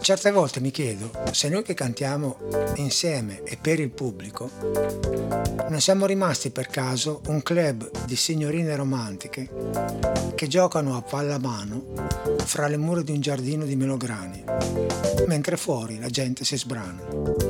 Certe volte mi chiedo se noi che cantiamo insieme e per il pubblico non siamo rimasti per caso un club di signorine romantiche che giocano a pallamano fra le mura di un giardino di melograni, mentre fuori la gente si sbrana.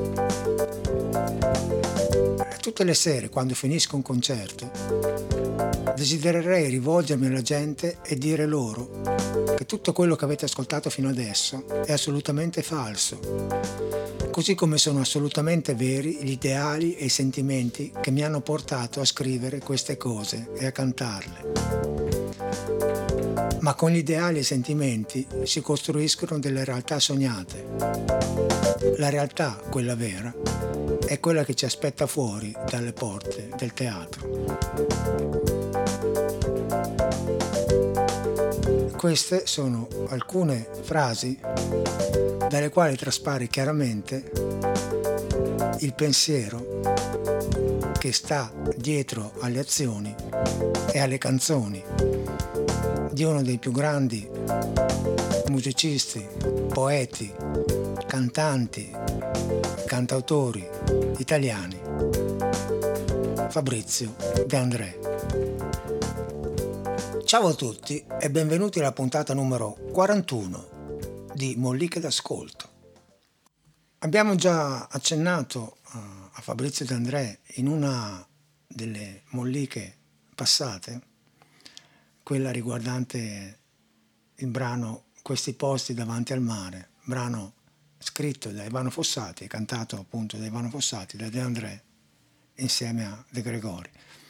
E tutte le sere, quando finisco un concerto, desidererei rivolgermi alla gente e dire loro che tutto quello che avete ascoltato fino adesso è assolutamente falso, così come sono assolutamente veri gli ideali e i sentimenti che mi hanno portato a scrivere queste cose e a cantarle. Ma con gli ideali e i sentimenti si costruiscono delle realtà sognate. La realtà, quella vera, è quella che ci aspetta fuori dalle porte del teatro. Queste sono alcune frasi dalle quali traspare chiaramente il pensiero che sta dietro alle azioni e alle canzoni di uno dei più grandi musicisti, poeti, cantanti, cantautori italiani, Fabrizio De André. Ciao a tutti e benvenuti alla puntata numero 41 di Molliche d'Ascolto. Abbiamo già accennato a Fabrizio De André in una delle molliche passate, quella riguardante il brano Questi posti davanti al mare, brano scritto da Ivano Fossati e cantato appunto da Ivano Fossati, da De André, insieme a De Gregori.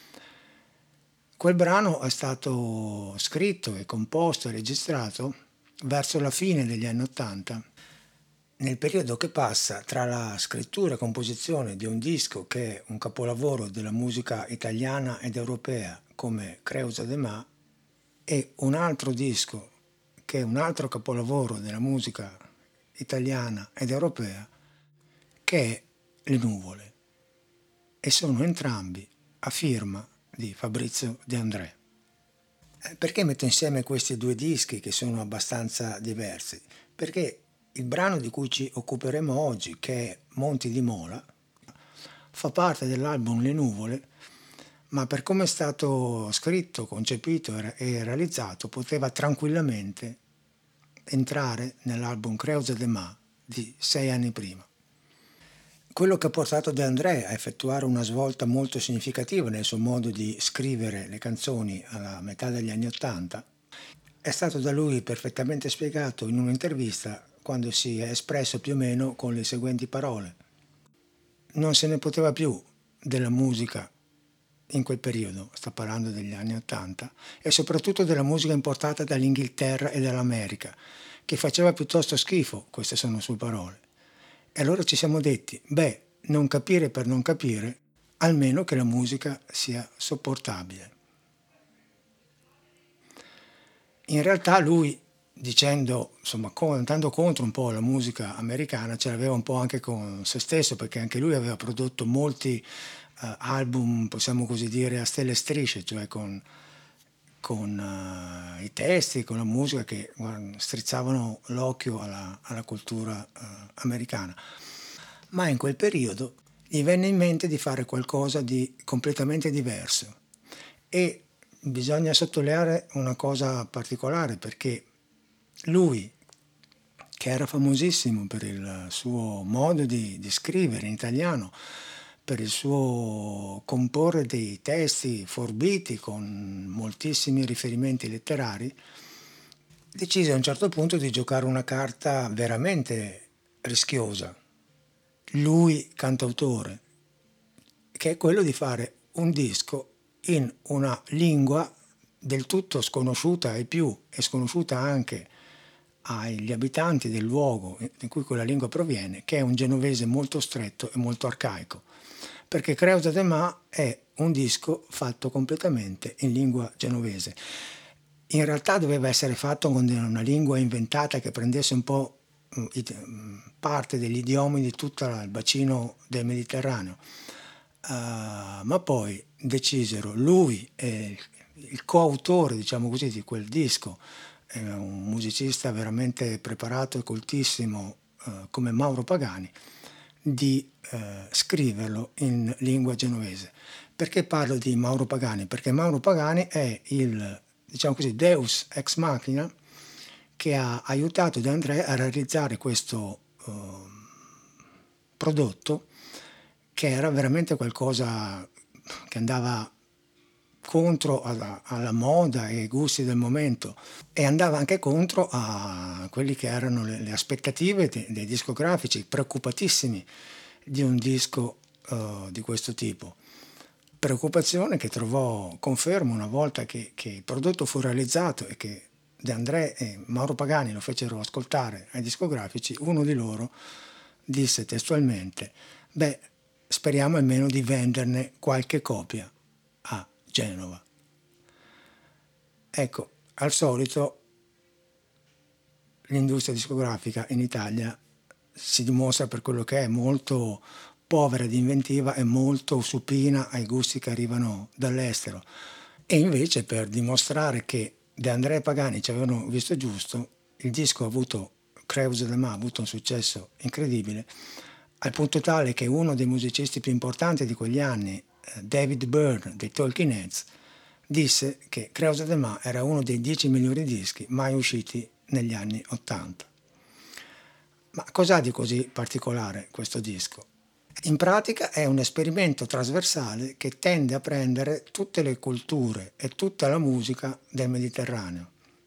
Quel brano è stato scritto e composto e registrato verso la fine degli anni '80, nel periodo che passa tra la scrittura e composizione di un disco che è un capolavoro della musica italiana ed europea come Creusa de Ma e un altro disco che è un altro capolavoro della musica italiana ed europea che è Le nuvole, e sono entrambi a firma di Fabrizio De André. Perché metto insieme questi due dischi che sono abbastanza diversi? Perché il brano di cui ci occuperemo oggi, che è Monti di Mola, fa parte dell'album Le nuvole, ma per come è stato scritto, concepito e realizzato poteva tranquillamente entrare nell'album Creusa de Ma di 6 anni prima. Quello che ha portato De André a effettuare una svolta molto significativa nel suo modo di scrivere le canzoni alla metà degli anni '80 è stato da lui perfettamente spiegato in un'intervista, quando si è espresso più o meno con le seguenti parole: non se ne poteva più della musica in quel periodo, sta parlando degli anni '80, e soprattutto della musica importata dall'Inghilterra e dall'America, che faceva piuttosto schifo, queste sono sue parole. E allora ci siamo detti, non capire per non capire, almeno che la musica sia sopportabile. In realtà lui, dicendo, insomma, andando contro un po' la musica americana, ce l'aveva un po' anche con se stesso, perché anche lui aveva prodotto molti album, possiamo così dire, a stelle e strisce, cioè con i testi, con la musica che strizzavano l'occhio alla cultura americana. Ma in quel periodo gli venne in mente di fare qualcosa di completamente diverso, e bisogna sottolineare una cosa particolare, perché lui, che era famosissimo per il suo modo di scrivere in italiano, per il suo comporre dei testi forbiti con moltissimi riferimenti letterari, decise a un certo punto di giocare una carta veramente rischiosa, lui cantautore, che è quello di fare un disco in una lingua del tutto sconosciuta ai più e sconosciuta anche agli abitanti del luogo in cui quella lingua proviene, che è un genovese molto stretto e molto arcaico, perché Creusa de Ma è un disco fatto completamente in lingua genovese. In realtà doveva essere fatto con una lingua inventata che prendesse un po' parte degli idiomi di tutto il bacino del Mediterraneo, ma poi decisero, lui e il coautore, diciamo così, di quel disco, un musicista veramente preparato e coltissimo, come Mauro Pagani, di scriverlo in lingua genovese. Perché parlo di Mauro Pagani? Perché Mauro Pagani è il, diciamo così, Deus ex machina che ha aiutato De André a realizzare questo prodotto, che era veramente qualcosa che andava contro alla moda e ai gusti del momento, e andava anche contro a quelli che erano le aspettative dei discografici, preoccupatissimi di un disco di questo tipo. Preoccupazione che trovò conferma una volta che il prodotto fu realizzato e che De André e Mauro Pagani lo fecero ascoltare ai discografici. Uno di loro disse testualmente: beh, speriamo almeno di venderne qualche copia a Genova. Ecco, al solito l'industria discografica in Italia si dimostra per quello che è, molto povera di inventiva e molto supina ai gusti che arrivano dall'estero. E invece, per dimostrare che De André e Pagani ci avevano visto giusto, il disco Creuse de Ma ha avuto un successo incredibile, al punto tale che uno dei musicisti più importanti di quegli anni, David Byrne dei Talking Heads, disse che Creuse de Ma era uno dei 10 migliori dischi mai usciti negli anni '80. Ma cos'ha di così particolare questo disco? In pratica è un esperimento trasversale che tende a prendere tutte le culture e tutta la musica del Mediterraneo.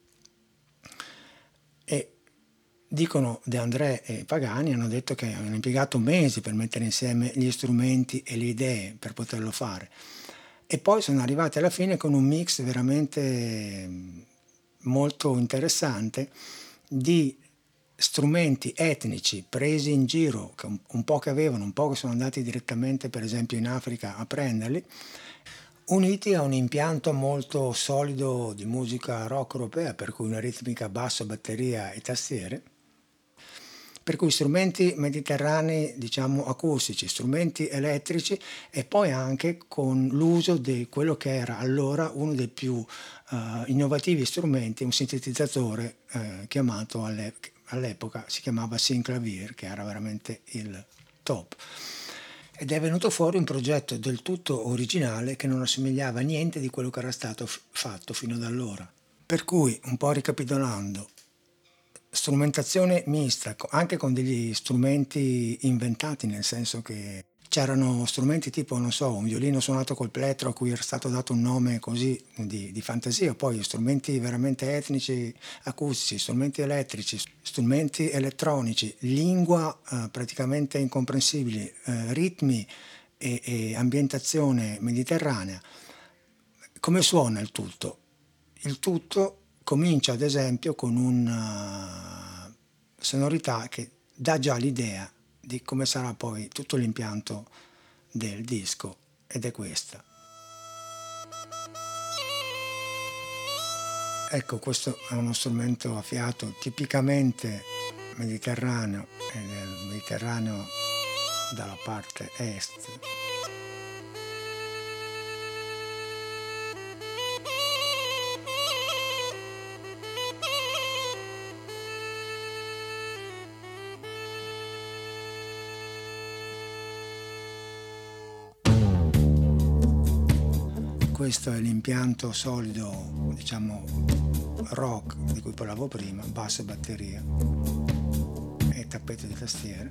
E dicono De André e Pagani, hanno detto che hanno impiegato mesi per mettere insieme gli strumenti e le idee per poterlo fare. E poi sono arrivati alla fine con un mix veramente molto interessante di strumenti etnici presi in giro, che un po' che avevano, un po' che sono andati direttamente per esempio in Africa a prenderli, uniti a un impianto molto solido di musica rock europea, per cui una ritmica basso, batteria e tastiere, per cui strumenti mediterranei, diciamo acustici, strumenti elettrici, e poi anche con l'uso di quello che era allora uno dei più innovativi strumenti, un sintetizzatore chiamato all'epoca si chiamava Synclavier, che era veramente il top. Ed è venuto fuori un progetto del tutto originale che non assomigliava a niente di quello che era stato fatto fino ad allora. Per cui, un po' ricapitolando, strumentazione mista, anche con degli strumenti inventati, nel senso che c'erano strumenti tipo, non so, un violino suonato col plettro a cui era stato dato un nome così di fantasia, poi strumenti veramente etnici, acustici, strumenti elettrici, strumenti elettronici, lingua praticamente incomprensibili, ritmi e ambientazione mediterranea. Come suona il tutto? Il tutto comincia ad esempio con una sonorità che dà già l'idea di come sarà poi tutto l'impianto del disco, ed è questa. Ecco, questo è uno strumento a fiato tipicamente mediterraneo, e del Mediterraneo dalla parte est. Questo è l'impianto solido, diciamo rock, di cui parlavo prima, basso e batteria e tappeto di tastiere.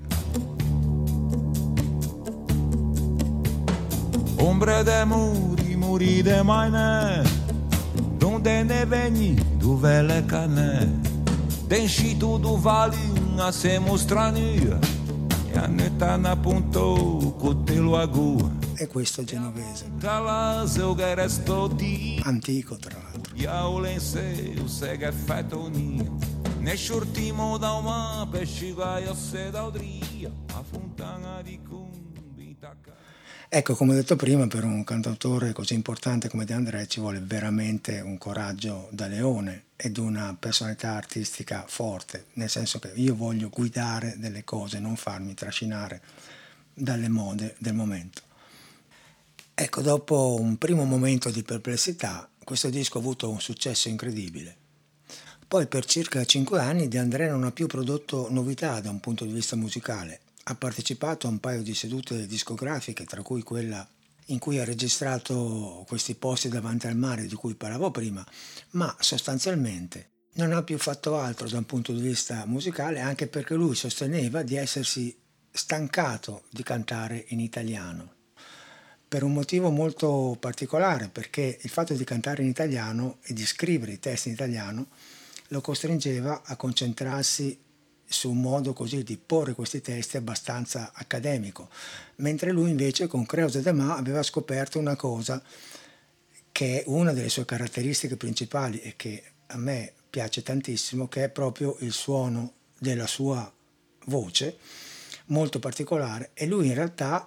Ombre de muri de maine, donde ne veni, dove le cane, denșitu du valin a se mostrania, e a netana punto cotelo agu. E questo è genovese, antico tra l'altro. Ecco, come ho detto prima, per un cantautore così importante come De André ci vuole veramente un coraggio da leone ed una personalità artistica forte, nel senso che io voglio guidare delle cose, non farmi trascinare dalle mode del momento. Ecco, dopo un primo momento di perplessità, questo disco ha avuto un successo incredibile. Poi per circa 5 anni De André non ha più prodotto novità da un punto di vista musicale. Ha partecipato a un paio di sedute discografiche, tra cui quella in cui ha registrato questi posti davanti al mare di cui parlavo prima, ma sostanzialmente non ha più fatto altro da un punto di vista musicale, anche perché lui sosteneva di essersi stancato di cantare in italiano, per un motivo molto particolare, perché il fatto di cantare in italiano e di scrivere i testi in italiano lo costringeva a concentrarsi su un modo così di porre questi testi abbastanza accademico, mentre lui invece con Creuse de Ma aveva scoperto una cosa che è una delle sue caratteristiche principali e che a me piace tantissimo, che è proprio il suono della sua voce, molto particolare, e lui in realtà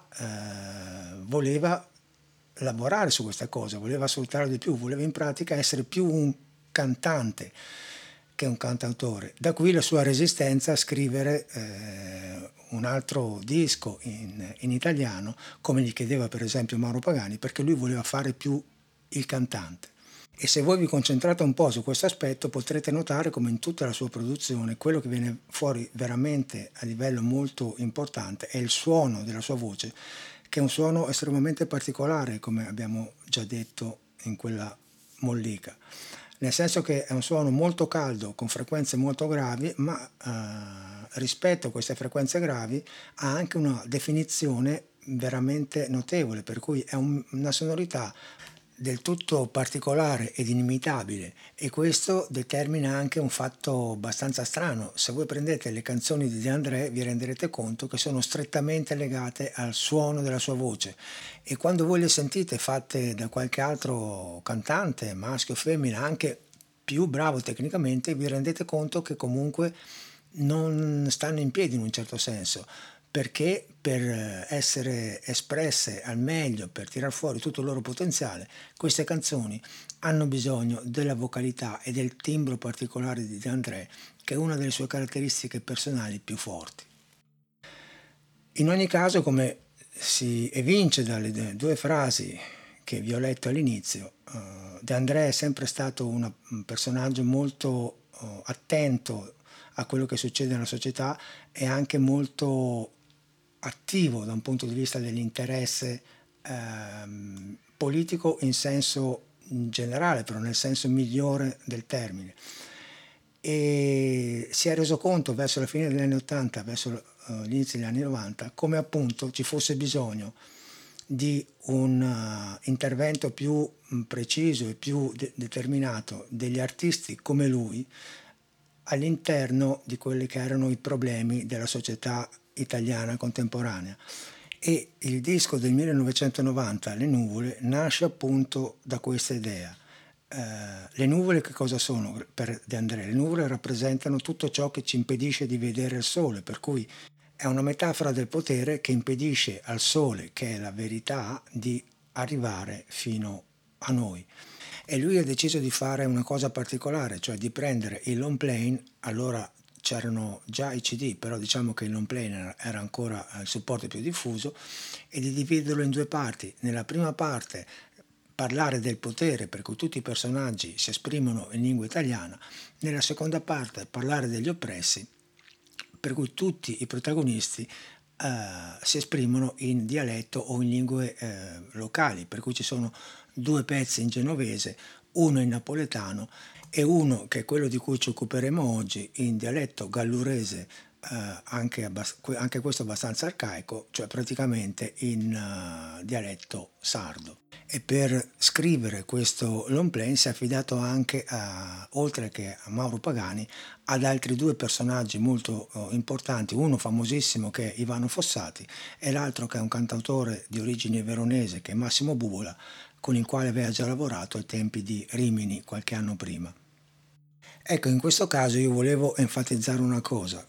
voleva lavorare su questa cosa, voleva sfruttarlo di più, voleva in pratica essere più un cantante che un cantautore. Da qui la sua resistenza a scrivere un altro disco in italiano, come gli chiedeva per esempio Mauro Pagani, perché lui voleva fare più il cantante. E se voi vi concentrate un po' su questo aspetto potrete notare come in tutta la sua produzione quello che viene fuori veramente a livello molto importante è il suono della sua voce, che è un suono estremamente particolare, come abbiamo già detto in quella mollica, nel senso che è un suono molto caldo con frequenze molto gravi, ma rispetto a queste frequenze gravi ha anche una definizione veramente notevole, per cui è una sonorità del tutto particolare ed inimitabile, e questo determina anche un fatto abbastanza strano. Se voi prendete le canzoni di De André vi renderete conto che sono strettamente legate al suono della sua voce, e quando voi le sentite fatte da qualche altro cantante, maschio o femmina, anche più bravo tecnicamente, vi rendete conto che comunque non stanno in piedi in un certo senso, perché per essere espresse al meglio, per tirar fuori tutto il loro potenziale, queste canzoni hanno bisogno della vocalità e del timbro particolare di De André, che è una delle sue caratteristiche personali più forti. In ogni caso, come si evince dalle due frasi che vi ho letto all'inizio, De André è sempre stato un personaggio molto attento a quello che succede nella società e anche molto attivo da un punto di vista dell'interesse politico in senso generale, però nel senso migliore del termine, e si è reso conto verso la fine degli anni 80, verso l'inizio degli anni 90, come appunto ci fosse bisogno di un intervento più preciso e più determinato degli artisti come lui all'interno di quelli che erano i problemi della società italiana contemporanea. E il disco del 1990, Le nuvole, nasce appunto da questa idea. Le nuvole che cosa sono per De André? Le nuvole rappresentano tutto ciò che ci impedisce di vedere il sole, per cui è una metafora del potere che impedisce al sole, che è la verità, di arrivare fino a noi. E lui ha deciso di fare una cosa particolare, cioè di prendere il long plane. Allora c'erano già i CD, però diciamo che il long plane era ancora il supporto più diffuso, e di dividerlo in due parti. Nella prima parte parlare del potere, per cui tutti i personaggi si esprimono in lingua italiana; nella seconda parte parlare degli oppressi, per cui tutti i protagonisti si esprimono in dialetto o in lingue locali, per cui ci sono due pezzi in genovese, uno in napoletano e uno, che è quello di cui ci occuperemo oggi, in dialetto gallurese, anche questo abbastanza arcaico, cioè praticamente in dialetto sardo. E per scrivere questo long play si è affidato anche, oltre che a Mauro Pagani, ad altri due personaggi molto importanti, uno famosissimo che è Ivano Fossati e l'altro che è un cantautore di origine veronese, che è Massimo Bubola, con il quale aveva già lavorato ai tempi di Rimini qualche anno prima. Ecco, in questo caso io volevo enfatizzare una cosa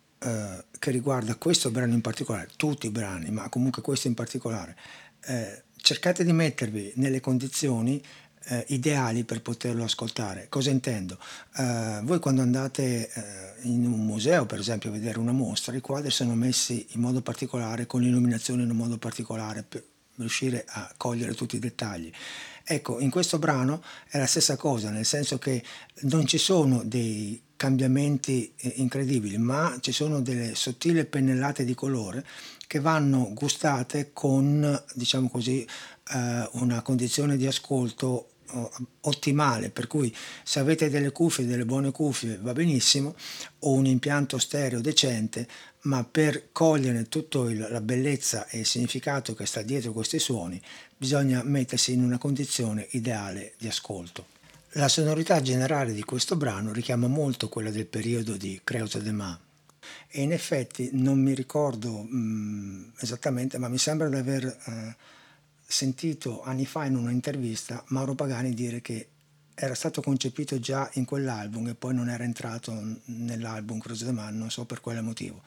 che riguarda questo brano in particolare, tutti i brani, ma comunque questo in particolare. Cercate di mettervi nelle condizioni ideali per poterlo ascoltare. Cosa intendo? Voi quando andate in un museo, per esempio, a vedere una mostra, i quadri sono messi in modo particolare, con l'illuminazione in un modo particolare, riuscire a cogliere tutti i dettagli. Ecco, in questo brano è la stessa cosa, nel senso che non ci sono dei cambiamenti incredibili, ma ci sono delle sottili pennellate di colore che vanno gustate con, diciamo così, una condizione di ascolto ottimale, per cui se avete delle cuffie, delle buone cuffie, va benissimo, o un impianto stereo decente, ma per cogliere tutta la bellezza e il significato che sta dietro questi suoni bisogna mettersi in una condizione ideale di ascolto. La sonorità generale di questo brano richiama molto quella del periodo di Creusa de Ma, e in effetti non mi ricordo esattamente, ma mi sembra di aver sentito anni fa in un'intervista Mauro Pagani dire che era stato concepito già in quell'album e poi non era entrato nell'album Creusa de Ma, non so per quale motivo.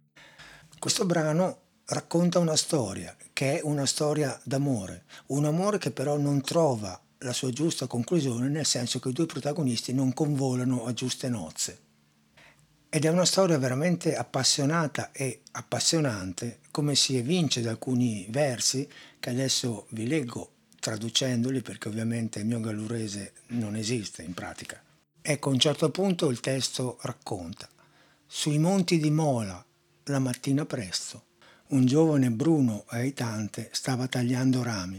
Questo brano racconta una storia che è una storia d'amore, un amore che però non trova la sua giusta conclusione, nel senso che i due protagonisti non convolano a giuste nozze. Ed è una storia veramente appassionata e appassionante, come si evince da alcuni versi che adesso vi leggo traducendoli, perché ovviamente il mio gallurese non esiste in pratica. Ecco, a un certo punto il testo racconta: sui monti di Mola, la mattina presto, un giovane bruno e aitante stava tagliando rami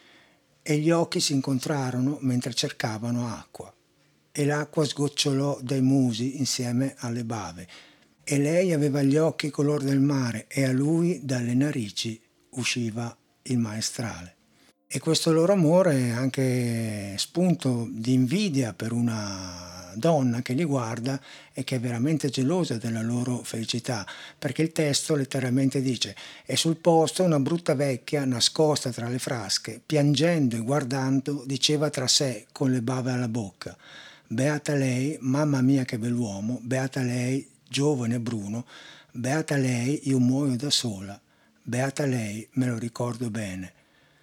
e gli occhi si incontrarono mentre cercavano acqua, e l'acqua sgocciolò dai musi insieme alle bave, e lei aveva gli occhi color del mare e a lui dalle narici usciva il maestrale. E questo loro amore è anche spunto di invidia per una donna che li guarda e che è veramente gelosa della loro felicità, perché il testo letteralmente dice: e sul posto una brutta vecchia nascosta tra le frasche, piangendo e guardando, diceva tra sé con le bave alla bocca: beata lei, mamma mia che bell'uomo, beata lei, giovane Bruno, beata lei, io muoio da sola, beata lei, me lo ricordo bene.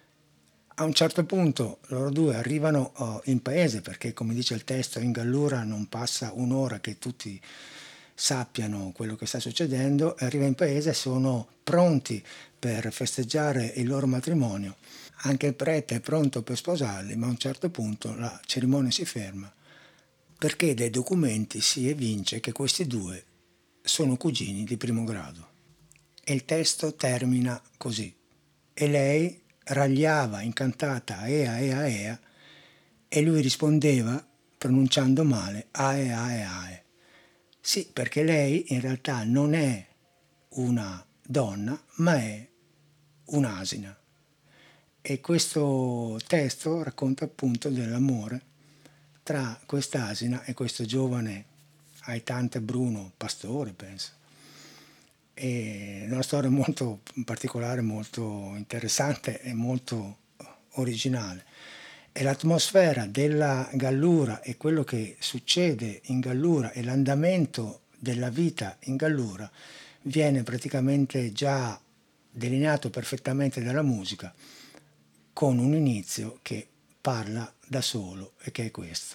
A un certo punto loro due arrivano in paese, perché come dice il testo in Gallura non passa un'ora che tutti sappiano quello che sta succedendo, arriva in paese e sono pronti per festeggiare il loro matrimonio. Anche il prete è pronto per sposarli, ma a un certo punto la cerimonia si ferma, perché dai documenti si evince che questi due sono cugini di primo grado. E il testo termina così: e lei ragliava incantata Aea Ea Ea, e lui rispondeva pronunciando male Ae Ae Ae. Sì, perché lei in realtà non è una donna, ma è un'asina. E questo testo racconta appunto dell'amore tra quest'asina e questo giovane aitante Bruno, pastore penso. È una storia molto particolare, molto interessante e molto originale. E l'atmosfera della Gallura e quello che succede in Gallura e l'andamento della vita in Gallura viene praticamente già delineato perfettamente dalla musica, con un inizio che parla da solo e che è questo.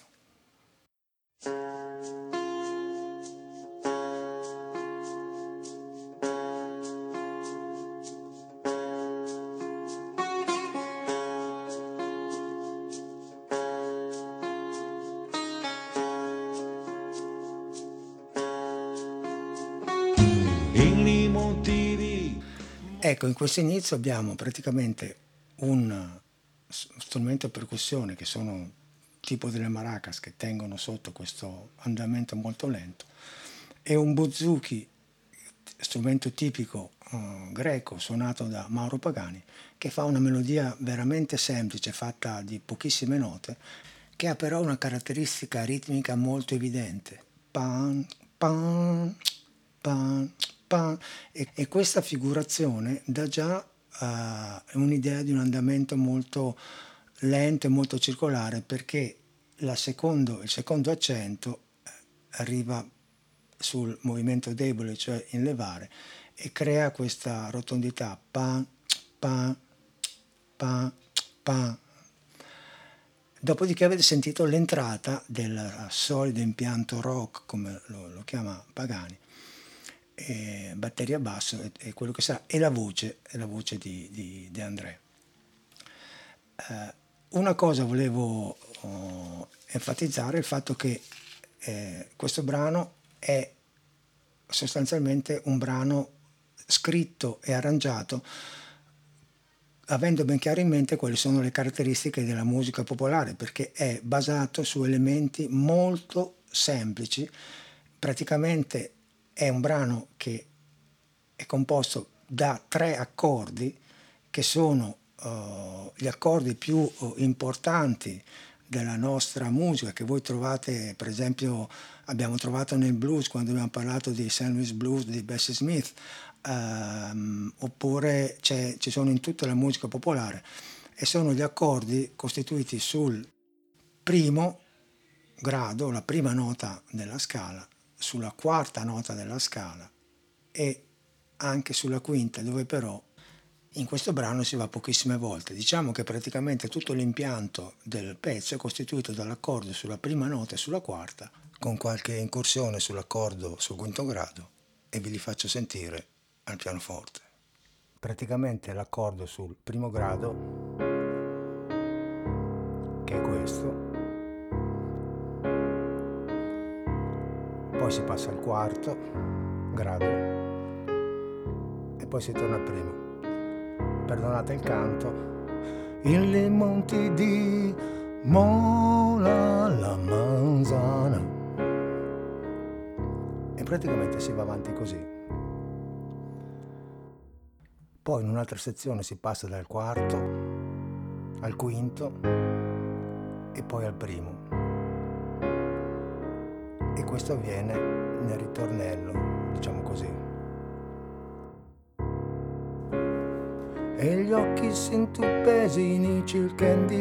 Ecco, in questo inizio abbiamo praticamente un strumento a percussione che sono tipo delle maracas che tengono sotto questo andamento molto lento, e un bouzouki, strumento tipico greco suonato da Mauro Pagani, che fa una melodia veramente semplice, fatta di pochissime note, che ha però una caratteristica ritmica molto evidente. Pan, pan, pan, pan. E questa figurazione dà già un'idea di un andamento molto lento e molto circolare, perché il secondo accento arriva sul movimento debole, cioè in levare, e crea questa rotondità pa, pa, pa, pa. Dopodiché avete sentito l'entrata del solido impianto rock, come lo chiama Pagani, batteria basso e quello che sarà, e la voce di De André. Una cosa volevo enfatizzare, il fatto che questo brano è sostanzialmente un brano scritto e arrangiato avendo ben chiaro in mente quali sono le caratteristiche della musica popolare, perché è basato su elementi molto semplici. Praticamente è un brano che è composto da 3 accordi che sono gli accordi più importanti della nostra musica, che voi trovate, per esempio abbiamo trovato nel blues quando abbiamo parlato di St. Louis Blues di Bessie Smith, oppure ci sono in tutta la musica popolare, e sono gli accordi costituiti sul primo grado, la prima nota della scala, sulla quarta nota della scala e anche sulla quinta, dove però in questo brano si va pochissime volte. Diciamo che praticamente tutto l'impianto del pezzo è costituito dall'accordo sulla prima nota e sulla quarta, con qualche incursione sull'accordo sul quinto grado, e ve li faccio sentire al pianoforte. Praticamente l'accordo sul primo grado, che è questo, poi si passa al quarto grado e poi si torna al primo. Perdonate il canto. In le monti di Mola la manzana, e praticamente si va avanti così. Poi in un'altra sezione si passa dal quarto al quinto e poi al primo, e questo avviene nel ritornello, diciamo così. E gli occhi s'intupesini cercando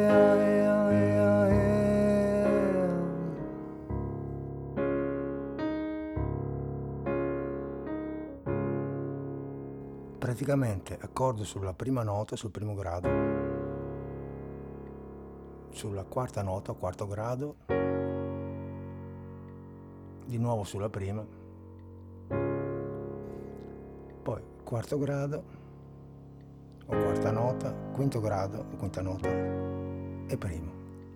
praticamente accordo sulla prima nota, sul primo grado, sulla quarta nota, quarto grado, di nuovo sulla prima, poi quarto grado o quarta nota, quinto grado o quinta nota e primo.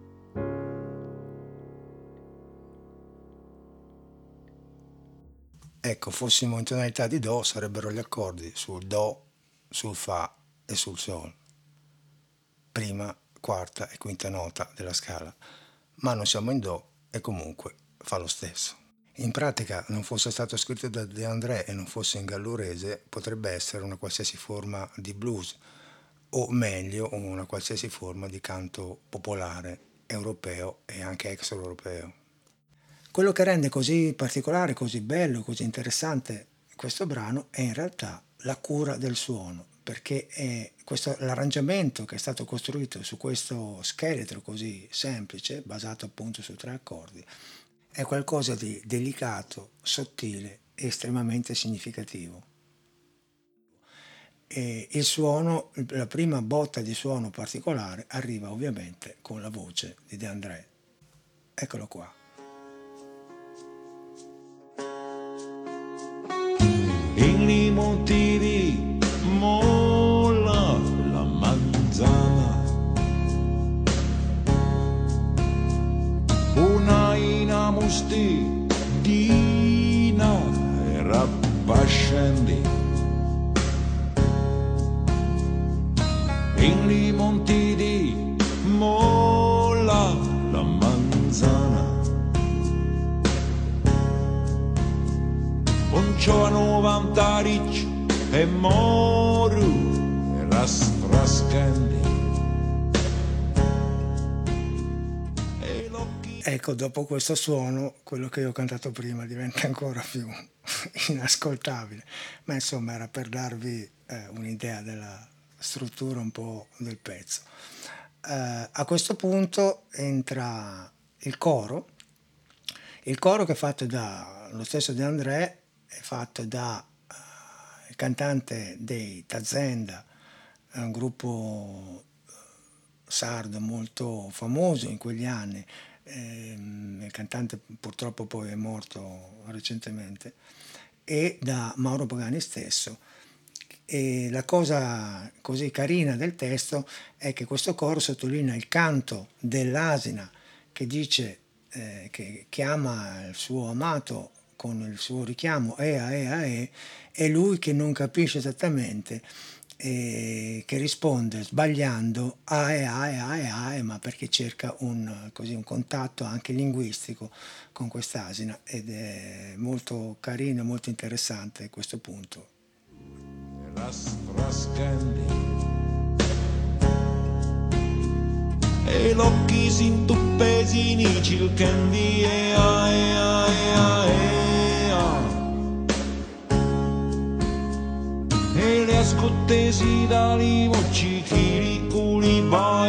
Ecco, fossimo in tonalità di Do sarebbero gli accordi sul Do, sul Fa e sul Sol, prima, quarta e quinta nota della scala, ma non siamo in Do e comunque fa lo stesso. In pratica, non fosse stato scritto da De André e non fosse in gallurese, potrebbe essere una qualsiasi forma di blues, o meglio una qualsiasi forma di canto popolare europeo e anche extraeuropeo. Quello che rende così particolare, così bello, così interessante questo brano è in realtà la cura del suono, perché è l'arrangiamento che è stato costruito su questo scheletro così semplice, basato appunto su 3 accordi, è qualcosa di delicato, sottile e estremamente significativo. E il suono, la prima botta di suono particolare arriva ovviamente con la voce di De André. Eccolo qua. In i monti di Mola la manzana, una inamusti dina era pascendi. In i monti di Mola la manzana, un giovane vantariccio e moru era strascandi. Ecco, dopo questo suono, quello che io ho cantato prima diventa ancora più inascoltabile, ma insomma era per darvi un'idea della struttura un po' del pezzo. A questo punto entra il coro che è fatto da lo stesso De André, è fatto da il cantante dei Tazenda, un gruppo sardo molto famoso in quegli anni. Il cantante purtroppo poi è morto recentemente, e da Mauro Pagani stesso, E la cosa così carina del testo è che questo coro sottolinea il canto dell'asina che dice che chiama il suo amato con il suo richiamo e lui che non capisce esattamente, che risponde sbagliando ae, ma perché cerca un contatto anche linguistico con quest'asina, ed è molto carino e molto interessante questo punto. E l'occhi si intuppesi in cilchendi e le ascottesi dali vocci chiriculi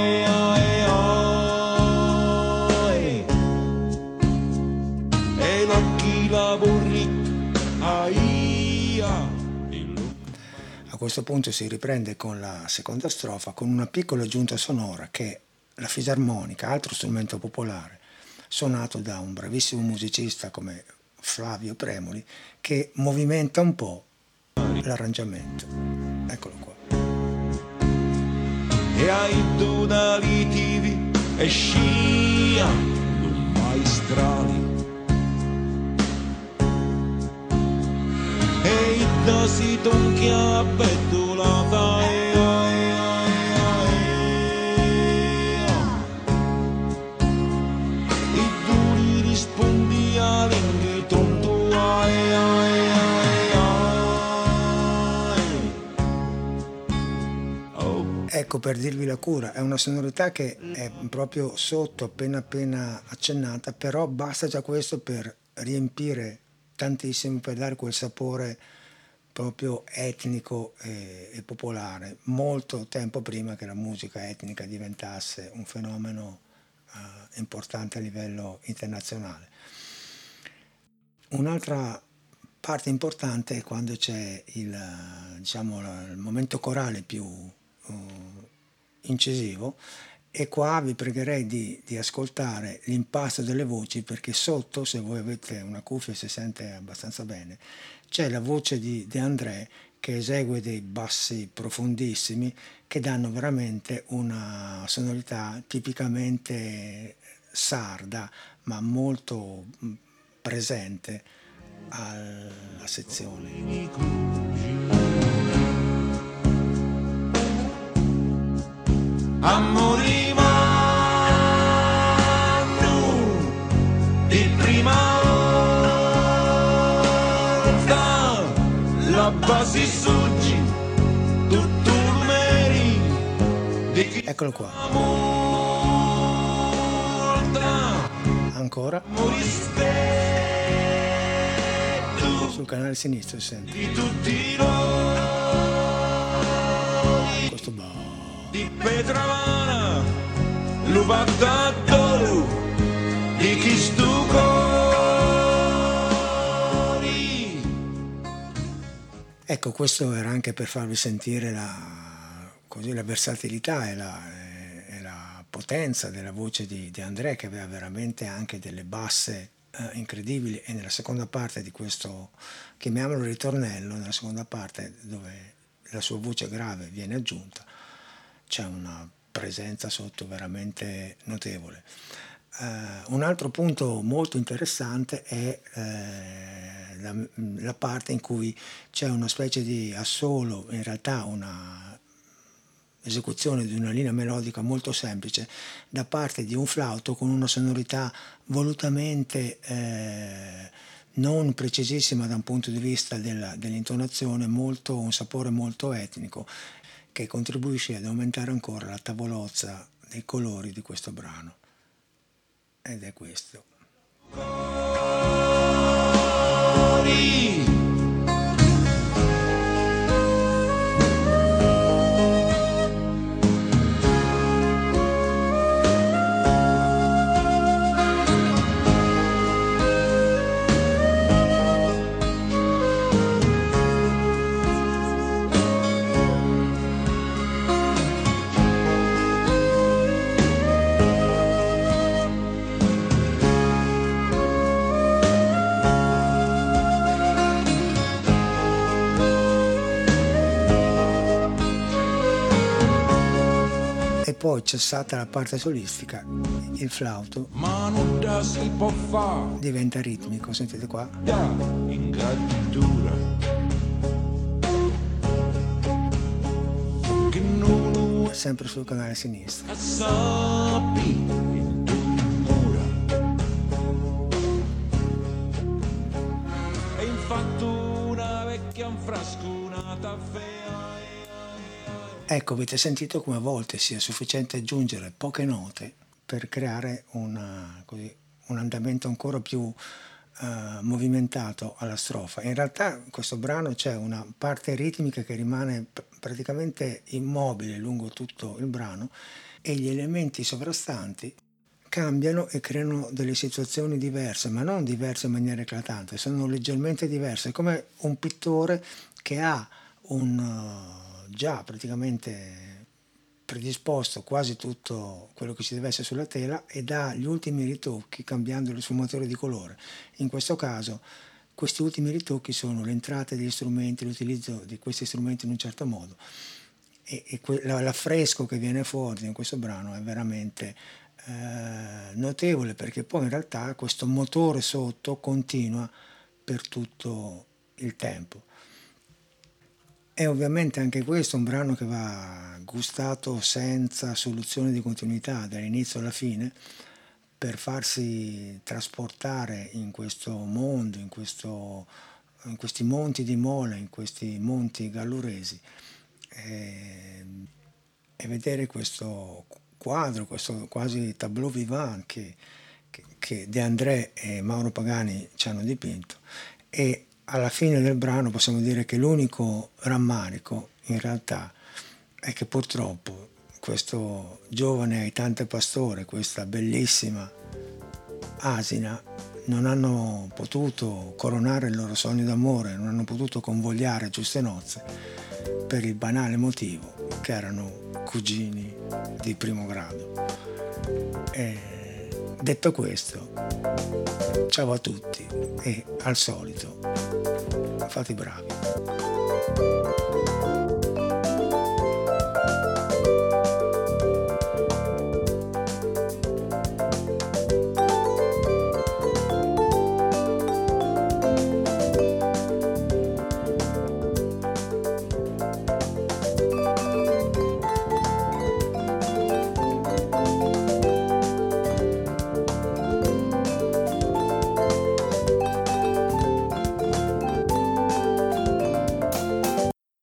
e l'occhi la A questo punto si riprende con la seconda strofa con una piccola aggiunta sonora che è la fisarmonica, altro strumento popolare, suonato da un bravissimo musicista come Flavio Premoli, che movimenta un po' l'arrangiamento. Eccolo qua. E ai dudalitivi e scia maestrali e i dosi tonchia bedulata i duri rispondi a linghe tonto Ecco, per dirvi la cura, è una sonorità che è proprio sotto, appena accennata, però basta già questo per riempire tantissimo, per dare quel sapore proprio etnico e popolare, molto tempo prima che la musica etnica diventasse un fenomeno importante a livello internazionale. Un'altra parte importante è quando c'è il momento corale più incisivo, e qua vi pregherei di ascoltare l'impasto delle voci, perché sotto, se voi avete una cuffia si sente abbastanza bene, c'è la voce di De André che esegue dei bassi profondissimi che danno veramente una sonorità tipicamente sarda, ma molto presente alla sezione. Amorivano di prima volta la base suggi tutto numeri di chi eccolo qua ancora sul canale sinistro si sente di tutti noi questo di Petravana, l'ubattadolo di chi stucori. Ecco, questo era anche per farvi sentire la versatilità e la potenza della voce di André, che aveva veramente anche delle basse incredibili, e nella seconda parte di questo, chiamiamolo ritornello, nella seconda parte dove la sua voce grave viene aggiunta, c'è una presenza sotto veramente notevole. Un altro punto molto interessante è la parte in cui c'è una specie di assolo, in realtà una esecuzione di una linea melodica molto semplice da parte di un flauto con una sonorità volutamente non precisissima da un punto di vista dell'intonazione, un sapore molto etnico, che contribuisce ad aumentare ancora la tavolozza dei colori di questo brano. Ed è questo. poi, cessata la parte solistica, il flauto ma non da si può fare, diventa ritmico. Sentite qua. da ingratitudine che non Sempre sul canale sinistro. sappi mura. E infatti una vecchia infrasconata fea. Ecco, avete sentito come a volte sia sufficiente aggiungere poche note per creare così, un andamento ancora più movimentato alla strofa. In realtà in questo brano c'è una parte ritmica che rimane praticamente immobile lungo tutto il brano, e gli elementi sovrastanti cambiano e creano delle situazioni diverse, ma non diverse in maniera eclatante, sono leggermente diverse, come un pittore che ha già praticamente predisposto quasi tutto quello che ci deve essere sulla tela e dà gli ultimi ritocchi cambiando le sfumature di colore. In questo caso questi ultimi ritocchi sono l'entrata degli strumenti, l'utilizzo di questi strumenti in un certo modo, e l'affresco che viene fuori in questo brano è veramente notevole, perché poi in realtà questo motore sotto continua per tutto il tempo. È ovviamente anche questo un brano che va gustato senza soluzione di continuità dall'inizio alla fine, per farsi trasportare in questo mondo, in questi monti di Mola, in questi monti galluresi, e vedere questo quadro, questo quasi tableau vivant che De André e Mauro Pagani ci hanno dipinto. E alla fine del brano possiamo dire che l'unico rammarico in realtà è che purtroppo questo giovane aitante pastore, questa bellissima asina, non hanno potuto coronare il loro sogno d'amore, non hanno potuto convogliare giuste nozze, per il banale motivo che erano cugini di primo grado. Detto questo, ciao a tutti e al solito fate i bravi.